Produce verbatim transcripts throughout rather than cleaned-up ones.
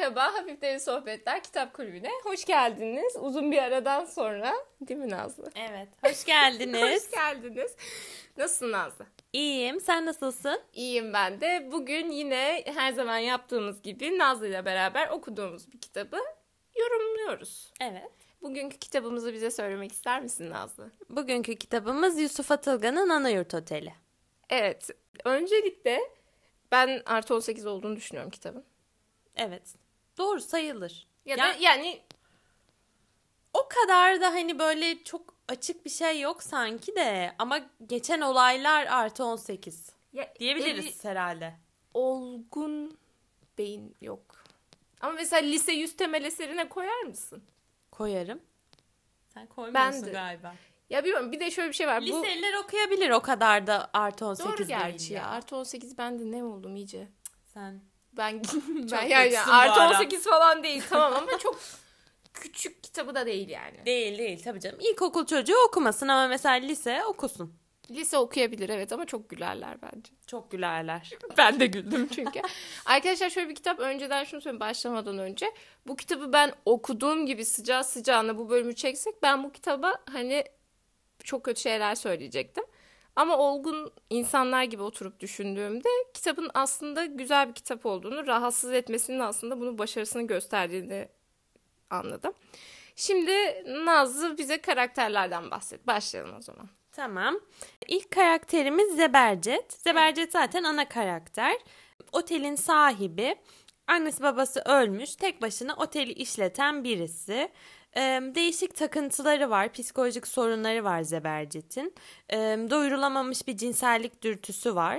Merhaba, Hafif Derin Sohbetler Kitap Kulübü'ne hoş geldiniz. Uzun bir aradan sonra, değil mi Nazlı? Evet, hoş geldiniz. Hoş geldiniz. Nasılsın Nazlı? İyiyim, sen nasılsın? İyiyim ben de. Bugün yine her zaman yaptığımız gibi Nazlı ile beraber okuduğumuz bir kitabı yorumluyoruz. Evet. Bugünkü kitabımızı bize söylemek ister misin Nazlı? Bugünkü kitabımız Yusuf Atılgan'ın Anayurt Oteli. Evet, öncelikle ben artı on sekiz olduğunu düşünüyorum kitabın. Evet, doğru sayılır. Ya yani, da yani o kadar da hani böyle çok açık bir şey yok sanki de ama geçen olaylar artı on sekiz ya, diyebiliriz eli, herhalde. Olgun beyin yok. Ama mesela lise yüz temel eserine koyar mısın? Koyarım. Sen koymuyorsun ben de. Galiba. Ya bilmiyorum, bir de şöyle bir şey var. Liseliler bu... okuyabilir o kadar da artı on sekiz Doğru gerçi değil ya. ya. Artı on sekiz ben de ne oldum iyice. Sen ben ben çok yani kötüsün artı bu ara. on sekiz falan değil tamam ama çok küçük kitabı da değil yani. Değil değil tabii canım. İlkokul çocuğu okumasın ama mesela lise okusun. Lise okuyabilir evet ama çok gülerler bence. Çok gülerler. Ben de güldüm çünkü. Arkadaşlar şöyle bir kitap, önceden şunu söyleyeyim başlamadan önce. Bu kitabı ben okuduğum gibi sıcağı sıcağına bu bölümü çeksek ben bu kitaba hani çok kötü şeyler söyleyecektim. Ama olgun insanlar gibi oturup düşündüğümde kitabın aslında güzel bir kitap olduğunu, rahatsız etmesinin aslında bunun başarısını gösterdiğini anladım. Şimdi Nazlı bize karakterlerden bahset. Başlayalım o zaman. Tamam. İlk karakterimiz Zebercet. Zebercet zaten ana karakter. Otelin sahibi. Annesi babası ölmüş. Tek başına oteli işleten birisi. Ee, değişik takıntıları var. Psikolojik sorunları var Zebercet'in. Ee, doyurulamamış bir cinsellik dürtüsü var.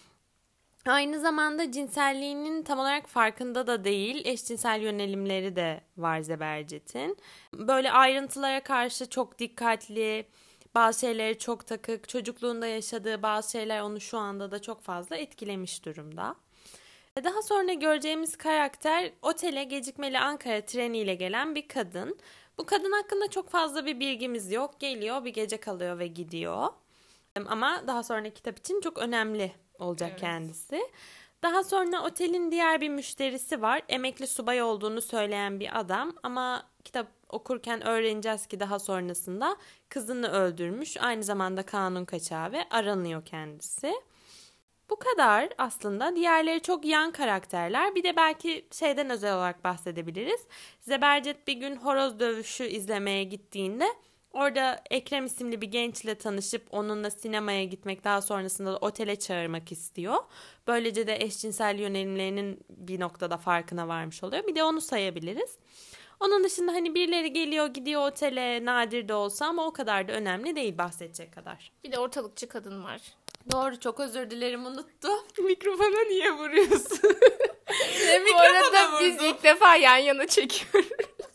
Aynı zamanda cinselliğinin tam olarak farkında da değil. Eşcinsel yönelimleri de var Zebercet'in. Böyle ayrıntılara karşı çok dikkatli, bazı şeyleri çok takık, çocukluğunda yaşadığı bazı şeyler onu şu anda da çok fazla etkilemiş durumda. Daha sonra göreceğimiz karakter otele gecikmeli Ankara treniyle gelen bir kadın. Bu kadın hakkında çok fazla bir bilgimiz yok. Geliyor, bir gece kalıyor ve gidiyor. Ama daha sonra kitap için çok önemli olacak evet. Kendisi. Daha sonra otelin diğer bir müşterisi var. Emekli subay olduğunu söyleyen bir adam ama kitap okurken öğreneceğiz ki daha sonrasında kızını öldürmüş. Aynı zamanda kanun kaçağı ve aranıyor kendisi. Bu kadar aslında. Diğerleri çok yan karakterler. Bir de belki şeyden özel olarak bahsedebiliriz. Zebercet bir gün horoz dövüşü izlemeye gittiğinde orada Ekrem isimli bir gençle tanışıp onunla sinemaya gitmek, daha sonrasında da otele çağırmak istiyor. Böylece de eşcinsel yönelimlerinin bir noktada farkına varmış oluyor. Bir de onu sayabiliriz. Onun dışında hani birileri geliyor gidiyor otele, nadir de olsa ama o kadar da önemli değil bahsedecek kadar. Bir de ortalıkçı kadın var. Doğru, çok özür dilerim, unuttum. Mikrofona niye vuruyorsun? Ne Bu arada biz ilk defa yan yana çekiyoruz.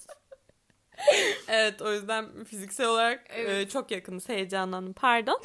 Evet, o yüzden fiziksel olarak evet. e, çok yakınız, heyecanlandım, pardon.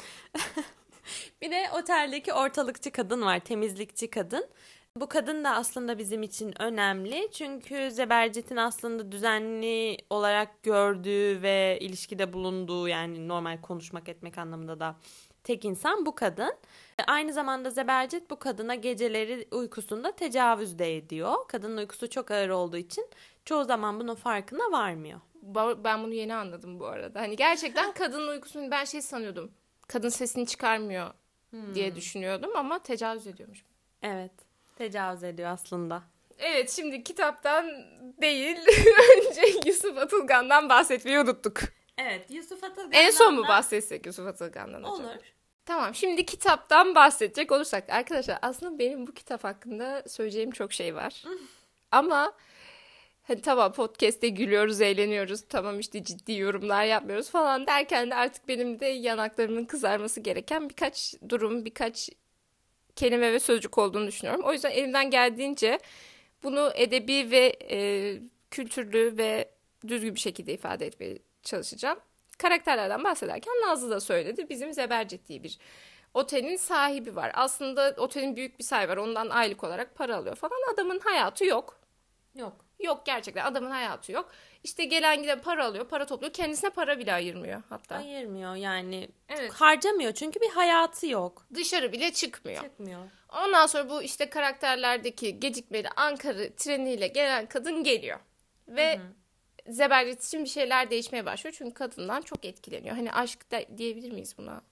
Bir de oteldeki ortalıkçı kadın var, temizlikçi kadın. Bu kadın da aslında bizim için önemli çünkü Zebercet'in aslında düzenli olarak gördüğü ve ilişkide bulunduğu, yani normal konuşmak etmek anlamında da tek insan bu kadın. Aynı zamanda Zebercet bu kadına geceleri uykusunda tecavüz de ediyor. Kadının uykusu çok ağır olduğu için çoğu zaman bunun farkına varmıyor. Ben bunu yeni anladım bu arada. Hani gerçekten kadının uykusunu ben şey sanıyordum. Kadın sesini çıkarmıyor hmm. diye düşünüyordum ama tecavüz ediyormuş. Evet, tecavüz ediyor aslında. Evet, şimdi kitaptan değil önce Yusuf Atılgan'dan bahsetmeyi unuttuk. Evet, Yusuf Atılgan'dan en son mu bahsetsek Yusuf Atılgan'dan olur. Hocam? Tamam, şimdi kitaptan bahsedecek olursak arkadaşlar aslında benim bu kitap hakkında söyleyeceğim çok şey var. Ama hani tamam podcast'te gülüyoruz, eğleniyoruz. Tamam işte ciddi yorumlar yapmıyoruz falan derken de artık benim de yanaklarımın kızarması gereken birkaç durum, birkaç kelime ve sözcük olduğunu düşünüyorum. O yüzden elimden geldiğince bunu edebi ve e, kültürlü ve düzgün bir şekilde ifade etmeye çalışacağım. Karakterlerden bahsederken Nazlı da söyledi. Bizim Zebercet diye bir otelin sahibi var. Aslında otelin büyük bir sahibi var. Ondan aylık olarak para alıyor falan. Adamın hayatı yok. Yok. Yok, gerçekten adamın hayatı yok. İşte gelen giden para alıyor, para topluyor. Kendisine para bile ayırmıyor hatta. Ayırmıyor yani. Evet. Harcamıyor çünkü bir hayatı yok. Dışarı bile çıkmıyor. Çıkmıyor. Ondan sonra bu işte karakterlerdeki gecikmeli Ankara treniyle gelen kadın geliyor. Ve hı hı. Zebercet için bir şeyler değişmeye başlıyor. Çünkü kadından çok etkileniyor. Hani aşk da diyebilir miyiz buna?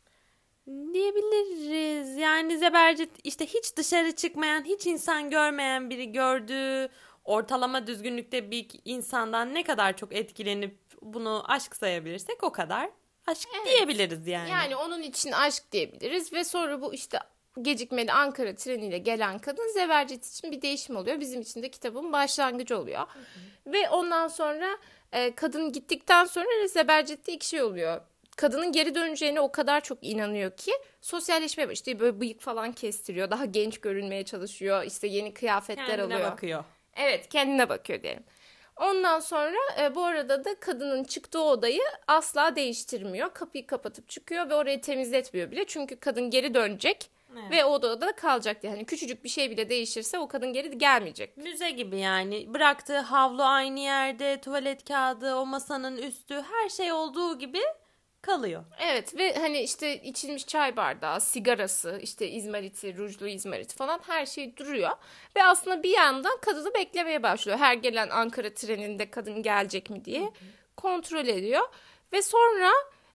Diyebiliriz. Yani Zebercet işte hiç dışarı çıkmayan, hiç insan görmeyen biri gördüğü ortalama düzgünlükte bir insandan ne kadar çok etkilenip bunu aşk sayabilirsek o kadar aşk evet. diyebiliriz yani. Yani onun için aşk diyebiliriz ve sonra bu işte gecikmeli Ankara treniyle gelen kadın Zebercet için bir değişim oluyor. Bizim için de kitabın başlangıcı oluyor. Hı hı. Ve ondan sonra e, kadın gittikten sonra Zebercet'te iki şey oluyor. Kadının geri döneceğine o kadar çok inanıyor ki sosyalleşmeye başlıyor. İşte böyle bıyık falan kestiriyor. Daha genç görünmeye çalışıyor. İşte yeni kıyafetler kendine alıyor. Kendine bakıyor. Evet, kendine bakıyor diyelim. Ondan sonra e, bu arada da kadının çıktığı odayı asla değiştirmiyor. Kapıyı kapatıp çıkıyor ve orayı temizletmiyor bile. Çünkü kadın geri dönecek evet. ve o odada kalacak diye. Hani küçücük bir şey bile değişirse o kadın geri gelmeyecek. Müze gibi yani. Bıraktığı havlu aynı yerde, tuvalet kağıdı, o masanın üstü, her şey olduğu gibi kalıyor. Evet ve hani işte içilmiş çay bardağı, sigarası, işte izmariti, rujlu izmariti falan her şey duruyor. Ve aslında bir yandan kadını beklemeye başlıyor. Her gelen Ankara treninde kadın gelecek mi diye kontrol ediyor. Ve sonra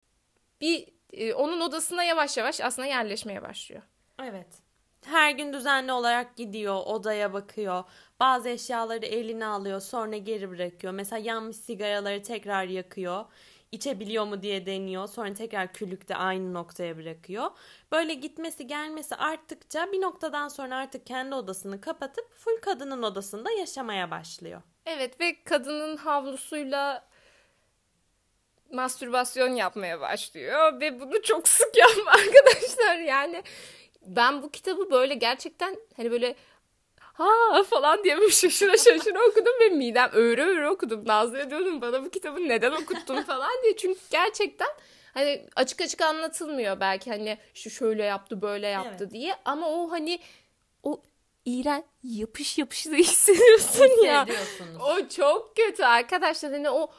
bir e, onun odasına yavaş yavaş aslında yerleşmeye başlıyor. Evet. Her gün düzenli olarak gidiyor, odaya bakıyor. Bazı eşyaları eline alıyor, sonra geri bırakıyor. Mesela yanmış sigaraları tekrar yakıyor. İçebiliyor mu diye deniyor. Sonra tekrar küllükte aynı noktaya bırakıyor. Böyle gitmesi gelmesi arttıkça bir noktadan sonra artık kendi odasını kapatıp full kadının odasında yaşamaya başlıyor. Evet ve kadının havlusuyla mastürbasyon yapmaya başlıyor. Ve bunu çok sık yapma arkadaşlar. Yani ben bu kitabı böyle gerçekten hani böyle ha falan diye bir şaşıra şaşıra okudum ve midem öğre öğre okudum. Nazlı'ya diyordum bana bu kitabı neden okuttun falan diye. Çünkü gerçekten hani açık açık anlatılmıyor belki hani şu şöyle yaptı böyle yaptı evet. diye. Ama o hani o iğren yapış yapışı da hissediyorsun ya. O çok kötü arkadaşlar. Hani o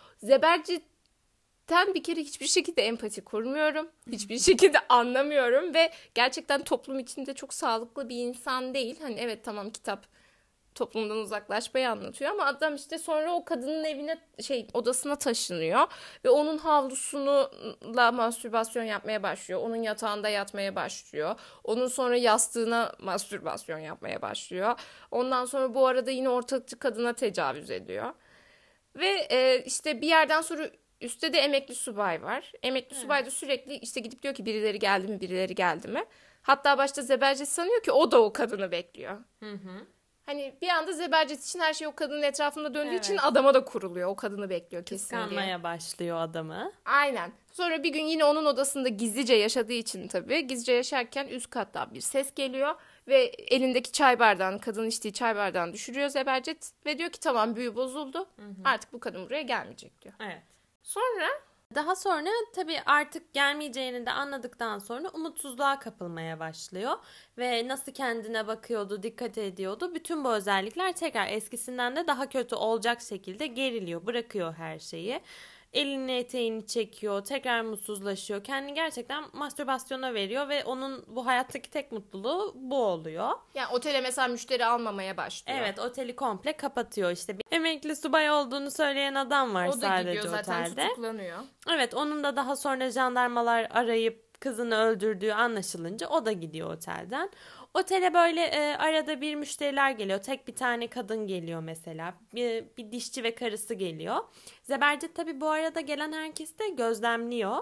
Zebercet'ten bir kere hiçbir şekilde empati kurmuyorum. Hiçbir şekilde anlamıyorum ve gerçekten toplum içinde çok sağlıklı bir insan değil. Hani evet tamam kitap toplumdan uzaklaşmayı anlatıyor ama adam işte sonra o kadının evine şey odasına taşınıyor ve onun havlusuyla mastürbasyon yapmaya başlıyor. Onun yatağında yatmaya başlıyor. Onun sonra yastığına mastürbasyon yapmaya başlıyor. Ondan sonra bu arada yine ortakçı kadına tecavüz ediyor. Ve e, işte bir yerden sonra üstte de emekli subay var. Emekli evet. subay da sürekli işte gidip diyor ki birileri geldi mi birileri geldi mi? Hatta başta Zebercet sanıyor ki o da o kadını bekliyor. Hı hı. Hani bir anda Zebercet için her şey o kadının etrafında döndüğü evet. için adama da kuruluyor. O kadını bekliyor kesin diye. Kıskanmaya başlıyor adamı. Aynen. Sonra bir gün yine onun odasında gizlice yaşadığı için tabii. Gizlice yaşarken üst kattan bir ses geliyor. Ve elindeki çay bardağını, kadının içtiği çay bardağını düşürüyor Zebercet. Ve diyor ki tamam büyü bozuldu. Hı hı. Artık bu kadın buraya gelmeyecek diyor. Evet. Sonra... Daha sonra tabii artık gelmeyeceğini de anladıktan sonra umutsuzluğa kapılmaya başlıyor. Ve nasıl kendine bakıyordu, dikkat ediyordu. Bütün bu özellikler tekrar eskisinden de daha kötü olacak şekilde geriliyor, bırakıyor her şeyi. Elini eteğini çekiyor, tekrar mutsuzlaşıyor. Kendini gerçekten mastürbasyona veriyor ve onun bu hayattaki tek mutluluğu bu oluyor. Yani otele mesela müşteri almamaya başlıyor. Evet, oteli komple kapatıyor. İşte bir emekli subay olduğunu söyleyen adam var sadece otelde. O da gidiyor zaten otelde. Tutuklanıyor. Evet, onun da daha sonra jandarmalar arayıp kızını öldürdüğü anlaşılınca o da gidiyor otelden. Otele böyle e, arada bir müşteriler geliyor. Tek bir tane kadın geliyor mesela. Bir, bir dişçi ve karısı geliyor. Zebercet tabii bu arada gelen herkesi de gözlemliyor.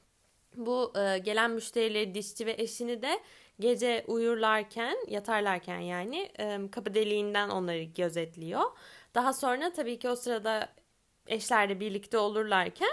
Bu e, gelen müşterileri, dişçi ve eşini de gece uyurlarken, yatarlarken yani e, kapı deliğinden onları gözetliyor. Daha sonra tabii ki o sırada eşlerle birlikte olurlarken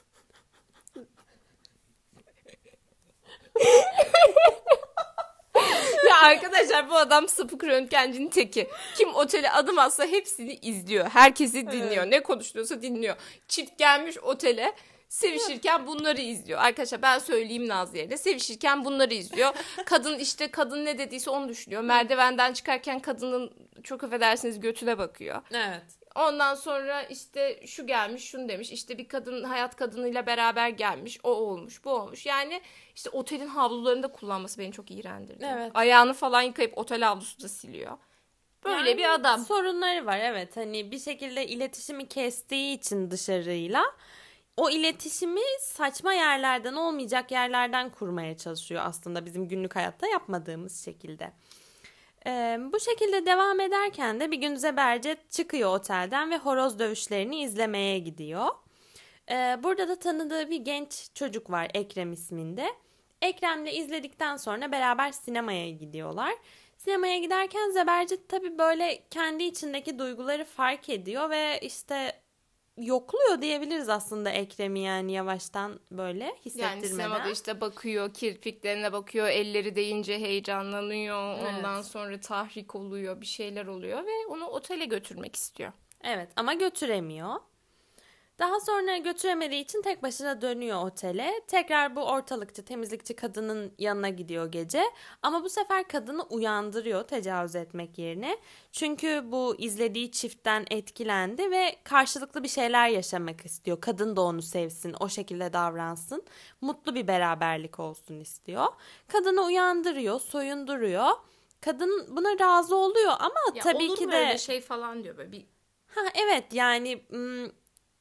ya arkadaşlar bu adam sapık röntgencinin teki. Kim otele adım atsa hepsini izliyor. Herkesi dinliyor. Evet. Ne konuşuluyorsa dinliyor. Çift gelmiş otele sevişirken bunları izliyor. Arkadaşlar ben söyleyeyim Nazlı yerine. Sevişirken bunları izliyor. Kadın işte kadın ne dediyse onu düşünüyor. Merdivenden çıkarken kadının çok affedersiniz götüne bakıyor. Evet. Ondan sonra işte şu gelmiş, şunu demiş. İşte bir kadın hayat kadınıyla beraber gelmiş. O olmuş, bu olmuş. Yani işte otelin havlularını da kullanması beni çok iğrendirdi. Evet. Ayağını falan yıkayıp otel havlusu da siliyor. Böyle yani bir adam. Sorunları var, evet. Hani bir şekilde iletişimi kestiği için dışarıyla o iletişimi saçma yerlerden, olmayacak yerlerden kurmaya çalışıyor aslında, bizim günlük hayatta yapmadığımız şekilde. Ee, bu şekilde devam ederken de bir gün Zebercet çıkıyor otelden ve horoz dövüşlerini izlemeye gidiyor. Ee, burada da tanıdığı bir genç çocuk var, Ekrem isminde. Ekrem'le izledikten sonra beraber sinemaya gidiyorlar. Sinemaya giderken Zebercet tabii böyle kendi içindeki duyguları fark ediyor ve işte yokluyor diyebiliriz aslında Ekrem'i, yani yavaştan böyle hissettirmeden. Yani sinemada işte bakıyor, kirpiklerine bakıyor, elleri deyince heyecanlanıyor. Evet. Ondan sonra tahrik oluyor, bir şeyler oluyor ve onu otele götürmek istiyor. Evet, ama götüremiyor. Daha sonra götüremediği için tek başına dönüyor otele. Tekrar bu ortalıkçı, temizlikçi kadının yanına gidiyor gece. Ama bu sefer kadını uyandırıyor tecavüz etmek yerine. Çünkü bu izlediği çiftten etkilendi ve karşılıklı bir şeyler yaşamak istiyor. Kadın da onu sevsin, o şekilde davransın. Mutlu bir beraberlik olsun istiyor. Kadını uyandırıyor, soyunduruyor. Kadın buna razı oluyor ama ya tabii olur ki mu de... öyle şey falan diyor böyle bir... Ha evet, yani... Im,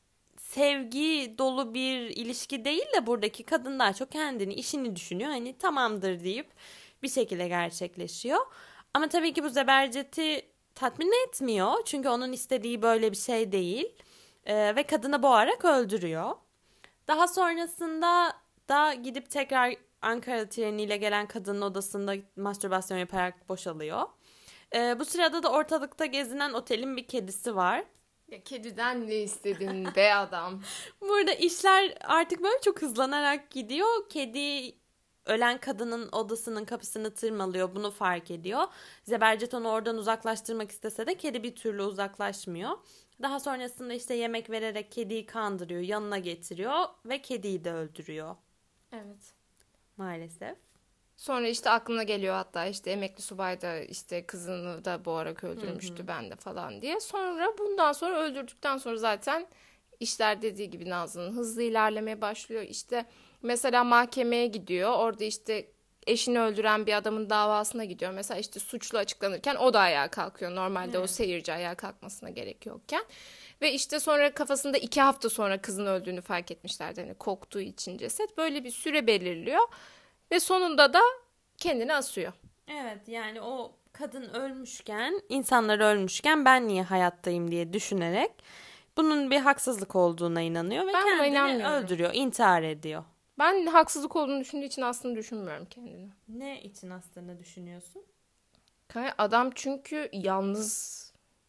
sevgi dolu bir ilişki değil de buradaki kadın daha çok kendini, işini düşünüyor. Hani tamamdır deyip bir şekilde gerçekleşiyor. Ama tabii ki bu Zebercet'i tatmin etmiyor. Çünkü onun istediği böyle bir şey değil. Ee, ve kadını boğarak öldürüyor. Daha sonrasında da gidip tekrar Ankara treniyle gelen kadının odasında mastürbasyon yaparak boşalıyor. Ee, bu sırada da ortalıkta gezinen otelin bir kedisi var. Ya kediden ne istedin be adam? Burada işler artık böyle çok hızlanarak gidiyor. Kedi ölen kadının odasının kapısını tırmalıyor. Bunu fark ediyor. Zebercet onu oradan uzaklaştırmak istese de kedi bir türlü uzaklaşmıyor. Daha sonrasında işte yemek vererek kediyi kandırıyor, yanına getiriyor ve kediyi de öldürüyor. Evet. Maalesef. Sonra işte aklına geliyor hatta işte emekli subay da işte kızını da boğarak öldürmüştü, hı hı. Ben de falan diye. Sonra bundan sonra öldürdükten sonra zaten işler dediği gibi Nazlı'nın hızlı ilerlemeye başlıyor. İşte mesela mahkemeye gidiyor. Orada işte eşini öldüren bir adamın davasına gidiyor. Mesela işte suçlu açıklanırken o da ayağa kalkıyor. Normalde evet. O seyirci ayağa kalkmasına gerek yokken. Ve işte sonra kafasında iki hafta sonra kızın öldüğünü fark etmişlerdi. Hani koktuğu için ceset. Böyle bir süre belirliyor. Ve sonunda da kendini asıyor. Evet, yani o kadın ölmüşken, insanlar ölmüşken ben niye hayattayım diye düşünerek bunun bir haksızlık olduğuna inanıyor ve ben kendini öldürüyor, intihar ediyor. Ben haksızlık olduğunu düşündüğü için aslında düşünmüyorum kendini. Ne için aslında düşünüyorsun? Adam çünkü yalnız.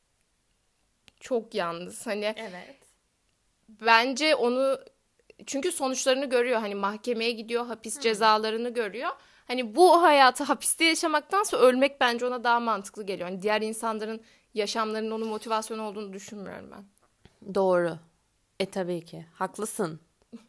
Çok yalnız. Hani evet. Bence onu çünkü sonuçlarını görüyor. Hani mahkemeye gidiyor, hapis hmm. cezalarını görüyor. Hani bu hayatı hapiste yaşamaktansa ölmek bence ona daha mantıklı geliyor. Hani diğer insanların yaşamlarının onun motivasyonu olduğunu düşünmüyorum ben. Doğru. E tabii ki. Haklısın.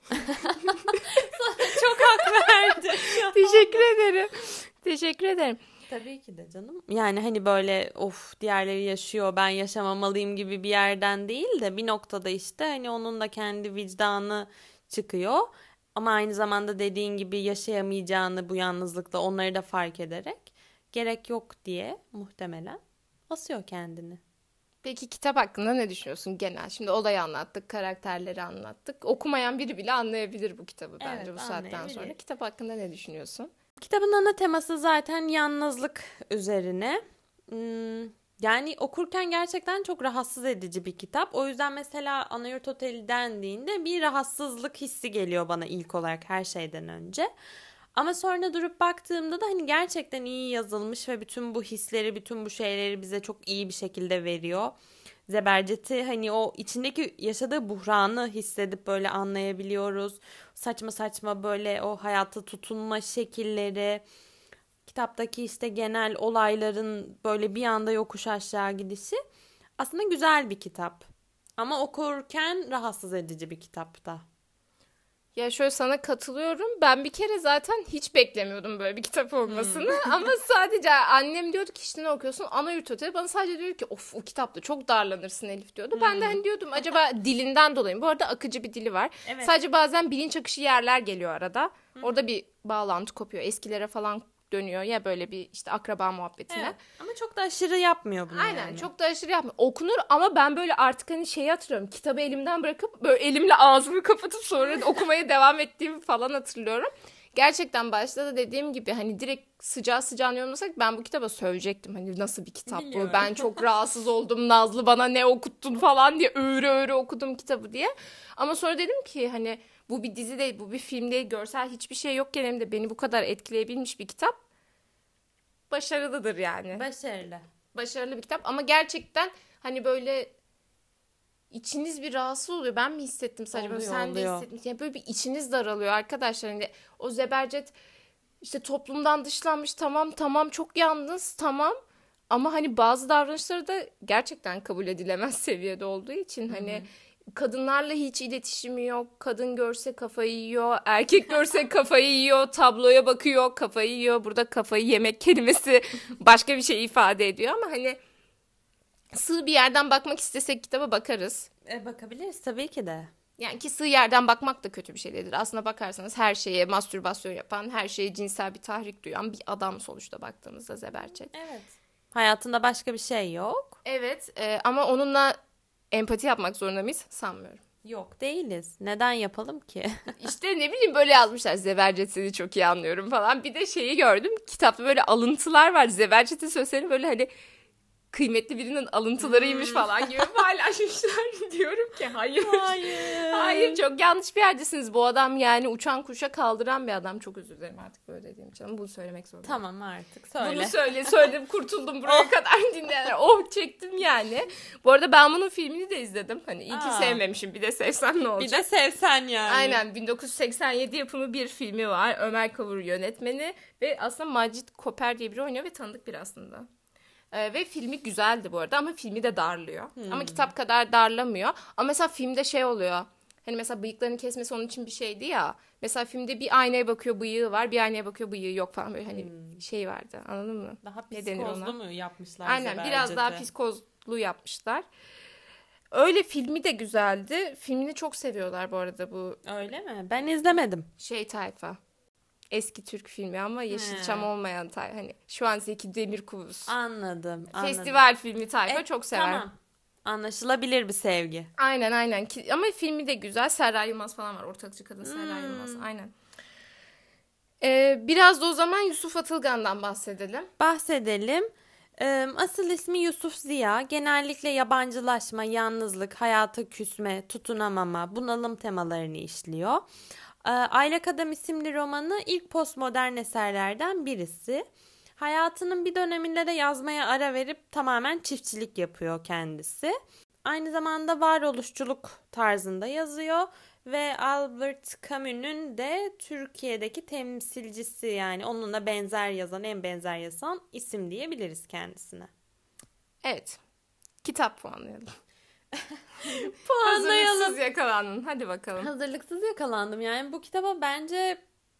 Sana çok hak verdim. Teşekkür ederim. Teşekkür ederim. Tabii ki de canım. Yani hani böyle of diğerleri yaşıyor ben yaşamamalıyım gibi bir yerden değil de bir noktada işte hani onun da kendi vicdanı çıkıyor. Ama aynı zamanda dediğin gibi yaşayamayacağını bu yalnızlıkla onları da fark ederek gerek yok diye muhtemelen asıyor kendini. Peki kitap hakkında ne düşünüyorsun genel? Şimdi olayı anlattık, karakterleri anlattık. Okumayan biri bile anlayabilir bu kitabı bence evet, bu saatten sonra. Kitap hakkında ne düşünüyorsun? Kitabın ana teması zaten yalnızlık üzerine. Hmm, yani okurken gerçekten çok rahatsız edici bir kitap. O yüzden mesela Anayurt Oteli dendiğinde bir rahatsızlık hissi geliyor bana ilk olarak her şeyden önce. Ama sonra durup baktığımda da hani gerçekten iyi yazılmış ve bütün bu hisleri, bütün bu şeyleri bize çok iyi bir şekilde veriyor. Zebercet'i hani o içindeki yaşadığı buhranı hissedip böyle anlayabiliyoruz. Saçma saçma böyle o hayata tutunma şekilleri, kitaptaki işte genel olayların böyle bir anda yokuş aşağı gidişi aslında güzel bir kitap. Ama okurken rahatsız edici bir kitap da. Ya şöyle sana katılıyorum. Ben bir kere zaten hiç beklemiyordum böyle bir kitap olmasını. Hmm. Ama sadece annem diyordu ki işte ne okuyorsun? Anayurt Oteli. Bana sadece diyordu ki of o kitapta çok darlanırsın Elif diyordu. Hmm. Ben de hani diyordum acaba dilinden dolayı mı? Bu arada akıcı bir dili var. Evet. Sadece bazen bilinç akışı yerler geliyor arada. Hmm. Orada bir bağlantı kopuyor. Eskilere falan dönüyor ya böyle bir işte akraba muhabbetine. Evet. Ama çok da aşırı yapmıyor bunu. Aynen yani. Çok da aşırı yapmıyor. Okunur ama ben böyle artık hani şeyi hatırlıyorum. Kitabı elimden bırakıp böyle elimle ağzımı kapatıp sonra okumaya devam ettiğimi falan hatırlıyorum. Gerçekten başta da dediğim gibi hani direkt sıcağı sıcağına yorumlasak ben bu kitaba sövecektim. Hani nasıl bir kitap Biliyorum. bu? Ben çok rahatsız oldum. Nazlı bana ne okuttun falan diye öğre öğre okudum kitabı diye. Ama sonra dedim ki hani bu bir dizi değil, bu bir film değil, görsel hiçbir şey yokken hem de beni bu kadar etkileyebilmiş bir kitap. Başarılıdır yani. Başarılı. Başarılı bir kitap ama gerçekten hani böyle içiniz bir rahatsız oluyor. Ben mi hissettim sadece? Oluyor, Sen oluyor. de hissettin. Yani böyle bir içiniz daralıyor arkadaşlar. Hani o Zebercet işte toplumdan dışlanmış, tamam tamam çok yalnız, tamam. Ama hani bazı davranışları da gerçekten kabul edilemez seviyede olduğu için Hı-hı. hani kadınlarla hiç iletişimi yok. Kadın görse kafayı yiyor. Erkek görse kafayı yiyor. Tabloya bakıyor, kafayı yiyor. Burada kafayı yemek kelimesi başka bir şey ifade ediyor ama hani sığ bir yerden bakmak istesek kitaba bakarız. E, bakabiliriz tabii ki de. Yani ki sığ yerden bakmak da kötü bir şey değildir. Aslına bakarsanız her şeye mastürbasyon yapan, her şeye cinsel bir tahrik duyan bir adam sonuçta baktığımızda Zebercet. Evet. Hayatında başka bir şey yok. Evet e, ama onunla empati yapmak zorunda mıyız? Sanmıyorum. Yok değiliz. Neden yapalım ki? İşte ne bileyim böyle yazmışlar. Zebercet seni çok iyi anlıyorum falan. Bir de şeyi gördüm. Kitapta böyle alıntılar var. Zebercet'in sözlerini böyle hani kıymetli birinin alıntılarıymış hmm. falan gibi paylaşmışlar. Diyorum ki hayır. Hayır. Hayır çok yanlış bir yerdesiniz. Bu adam yani uçan kuşa kaldıran bir adam. Çok özür dilerim artık böyle dediğim için. Ama bunu söylemek zorundayım. Tamam artık söyle. Bunu söyle. Söyledim kurtuldum buraya oh. kadar dinleyenler. Oh çektim yani. Bu arada ben bunun filmini de izledim. Hani iyi ki Aa. sevmemişim. Bir de sevsem ne olacak? Bir de sevsen yani. Aynen bin dokuz yüz seksen yedi yapımı bir filmi var. Ömer Kavur yönetmeni. Ve aslında Macit Koper diye biri oynuyor ve tanıdık bir aslında. Ee, ve filmi güzeldi bu arada ama filmi de darlıyor. Hmm. Ama kitap kadar darlamıyor. Ama mesela filmde şey oluyor. Hani mesela bıyıklarını kesmesi onun için bir şeydi ya. Mesela filmde bir aynaya bakıyor bıyığı var. Bir aynaya bakıyor bıyığı yok falan. Böyle hani hmm. şey vardı anladın mı? Daha psikozlu mu yapmışlar? Aynen Zebercet'i? Biraz daha psikozlu yapmışlar. Öyle filmi de güzeldi. Filmini çok seviyorlar bu arada bu. Öyle mi? Ben izlemedim. Şey tayfa. Eski Türk filmi ama Yeşilçam olmayan tayfa. Hani şu an Zeki Demirkubuz. Anladım, anladım. Festival filmi tayfa e, çok sever. Tamam. Anlaşılabilir bir sevgi. Aynen aynen. Ama filmi de güzel. Serra Yılmaz falan var. Ortakçı kadın Serra hmm. Yılmaz. Aynen. Ee, biraz da o zaman Yusuf Atılgan'dan bahsedelim. Bahsedelim. Asıl ismi Yusuf Ziya. Genellikle yabancılaşma, yalnızlık, hayata küsme, tutunamama, bunalım temalarını işliyor. Aylak Adam isimli romanı ilk postmodern eserlerden birisi. Hayatının bir döneminde de yazmaya ara verip tamamen çiftçilik yapıyor kendisi. Aynı zamanda varoluşçuluk tarzında yazıyor ve Albert Camus'un de Türkiye'deki temsilcisi, yani onunla benzer yazan, en benzer yazan isim diyebiliriz kendisine. Evet. Kitap puanlayalım. Puanlayalım. Hazırlıksız yakalandın. Hadi bakalım. Hazırlıksız yakalandım. Yani bu kitaba bence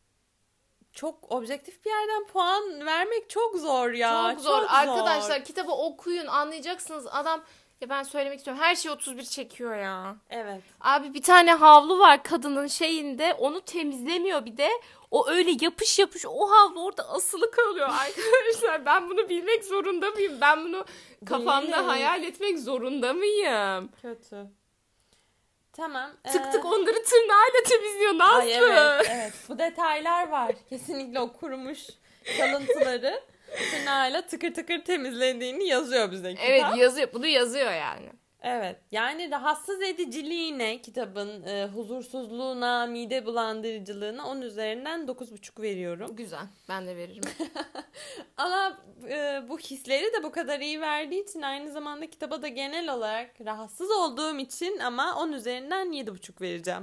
çok objektif bir yerden puan vermek çok zor ya. Çok zor. Çok Arkadaşlar zor. Kitabı okuyun, anlayacaksınız. Adam, ya ben söylemek istiyorum, her şey otuz bir çekiyor ya. Evet. Abi bir tane havlu var kadının şeyinde, onu temizlemiyor bir de. O öyle yapış yapış o havlu orada asılı kalıyor arkadaşlar. Ben bunu bilmek zorunda mıyım? Ben bunu kafamda Değil. hayal etmek zorunda mıyım? Kötü. Tamam. Tık ee... tık onları tırnağıyla temizliyor Nazlı. Ay evet, evet. Bu detaylar var. Kesinlikle o kurumuş kalıntıları tırnağıyla tıkır tıkır temizlediğini yazıyor bize kitap. Evet yazıyor. Bunu yazıyor yani. Evet. Yani rahatsız ediciliğine, kitabın e, huzursuzluğuna, mide bulandırıcılığına on üzerinden dokuz buçuk veriyorum. Güzel. Ben de veririm. Ama e, bu hisleri de bu kadar iyi verdiği için aynı zamanda kitaba da genel olarak rahatsız olduğum için ama on üzerinden yedi buçuk vereceğim.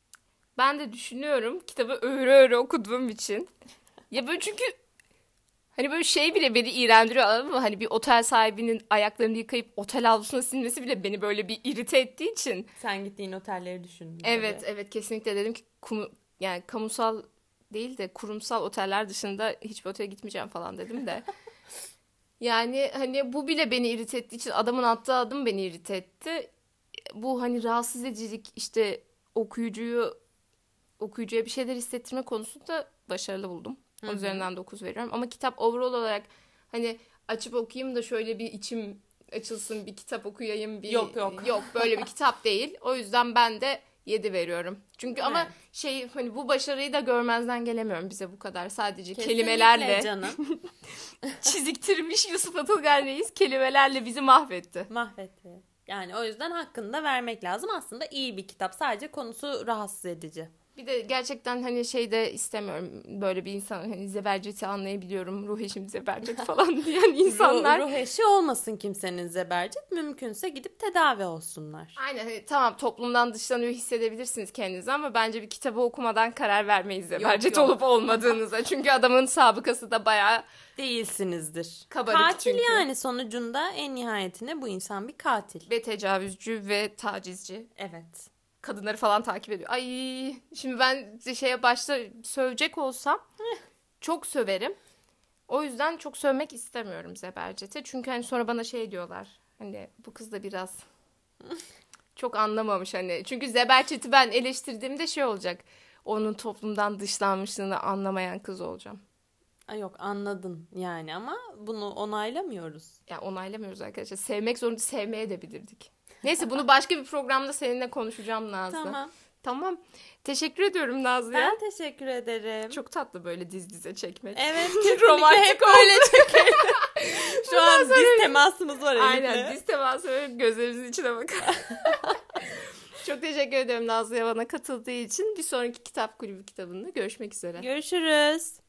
Ben de düşünüyorum kitabı öğre öğre okuduğum için. Ya böyle çünkü Hani böyle şey bile beni iğrendiriyor, anladın mı? Hani bir otel sahibinin ayaklarını yıkayıp otel havlusuna silmesi bile beni böyle bir irite ettiği için. Sen gittiğin otelleri düşündün. Evet tabii. evet kesinlikle dedim ki kum, yani kamusal değil de kurumsal oteller dışında hiçbir otele gitmeyeceğim falan dedim de. Yani hani bu bile beni irite ettiği için adamın attığı adım beni irite etti. Bu hani rahatsız edicilik işte okuyucuyu okuyucuya bir şeyler hissettirme konusunda başarılı buldum. Onun üzerinden dokuz veriyorum. Ama kitap overall olarak hani açıp okuyayım da şöyle bir içim açılsın, bir kitap okuyayım. Bir... Yok yok. Yok böyle bir kitap değil. O yüzden ben de yedi veriyorum. Çünkü ama Evet. şey hani bu başarıyı da görmezden gelemiyorum bize bu kadar. Sadece Kesinlikle kelimelerle canım. çiziktirmiş Yusuf Atılgan Reis kelimelerle bizi mahvetti. Mahvetti. Yani o yüzden hakkını da vermek lazım. Aslında iyi bir kitap. Sadece konusu rahatsız edici. Bir de gerçekten hani şey de istemiyorum. Böyle bir insan hani Zebercet'i anlayabiliyorum. Ruh eşim Zebercet falan diyen insanlar. Ruh, ruh eşi olmasın kimsenin Zebercet. Mümkünse gidip tedavi olsunlar. Aynen hani tamam toplumdan dışlanıyor hissedebilirsiniz kendinizi ama bence bir kitabı okumadan karar vermeyiz Zebercet yok. olup olmadığınıza. Çünkü adamın sabıkası da bayağı Değilsinizdir. kabarık Katil çünkü. yani sonucunda en nihayetinde bu insan bir katil. Ve tecavüzcü ve tacizci. Evet. Kadınları falan takip ediyor. Ay şimdi ben şeye başta sövecek olsam çok söverim. O yüzden çok sövmek istemiyorum Zebercet'e. Çünkü hani sonra bana şey diyorlar. Hani bu kız da biraz çok anlamamış hani. Çünkü Zebercet'i ben eleştirdiğimde şey olacak. Onun toplumdan dışlanmışlığını anlamayan kız olacağım. Ay yok anladın yani ama bunu onaylamıyoruz. Yani onaylamıyoruz arkadaşlar. Sevmek zorunda sevmeye de bilirdik. Neyse bunu başka bir programda seninle konuşacağım Nazlı. Tamam. Tamam. Teşekkür ediyorum Nazlı'ya. Ben teşekkür ederim. Çok tatlı böyle diz dize çekmek. Evet kesinlikle Romantik hep öyle çekelim. Şu an sonra- diz temasımız var Elif'le. Aynen diz teması böyle gözlerimizin içine bakar. Çok teşekkür ederim Nazlı'ya bana katıldığı için. Bir sonraki kitap kulübü kitabında görüşmek üzere. Görüşürüz.